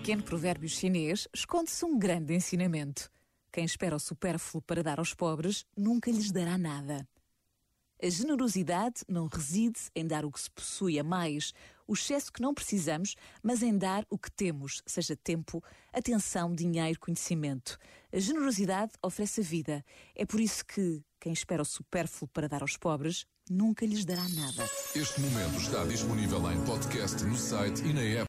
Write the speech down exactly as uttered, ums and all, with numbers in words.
pequeno provérbio chinês esconde-se um grande ensinamento. Quem espera o supérfluo para dar aos pobres, nunca lhes dará nada. A generosidade não reside em dar o que se possui a mais, o excesso que não precisamos, mas em dar o que temos, seja tempo, atenção, dinheiro, conhecimento. A generosidade oferece a vida. É por isso que quem espera o supérfluo para dar aos pobres, nunca lhes dará nada. Este momento está disponível em podcast no site e na app.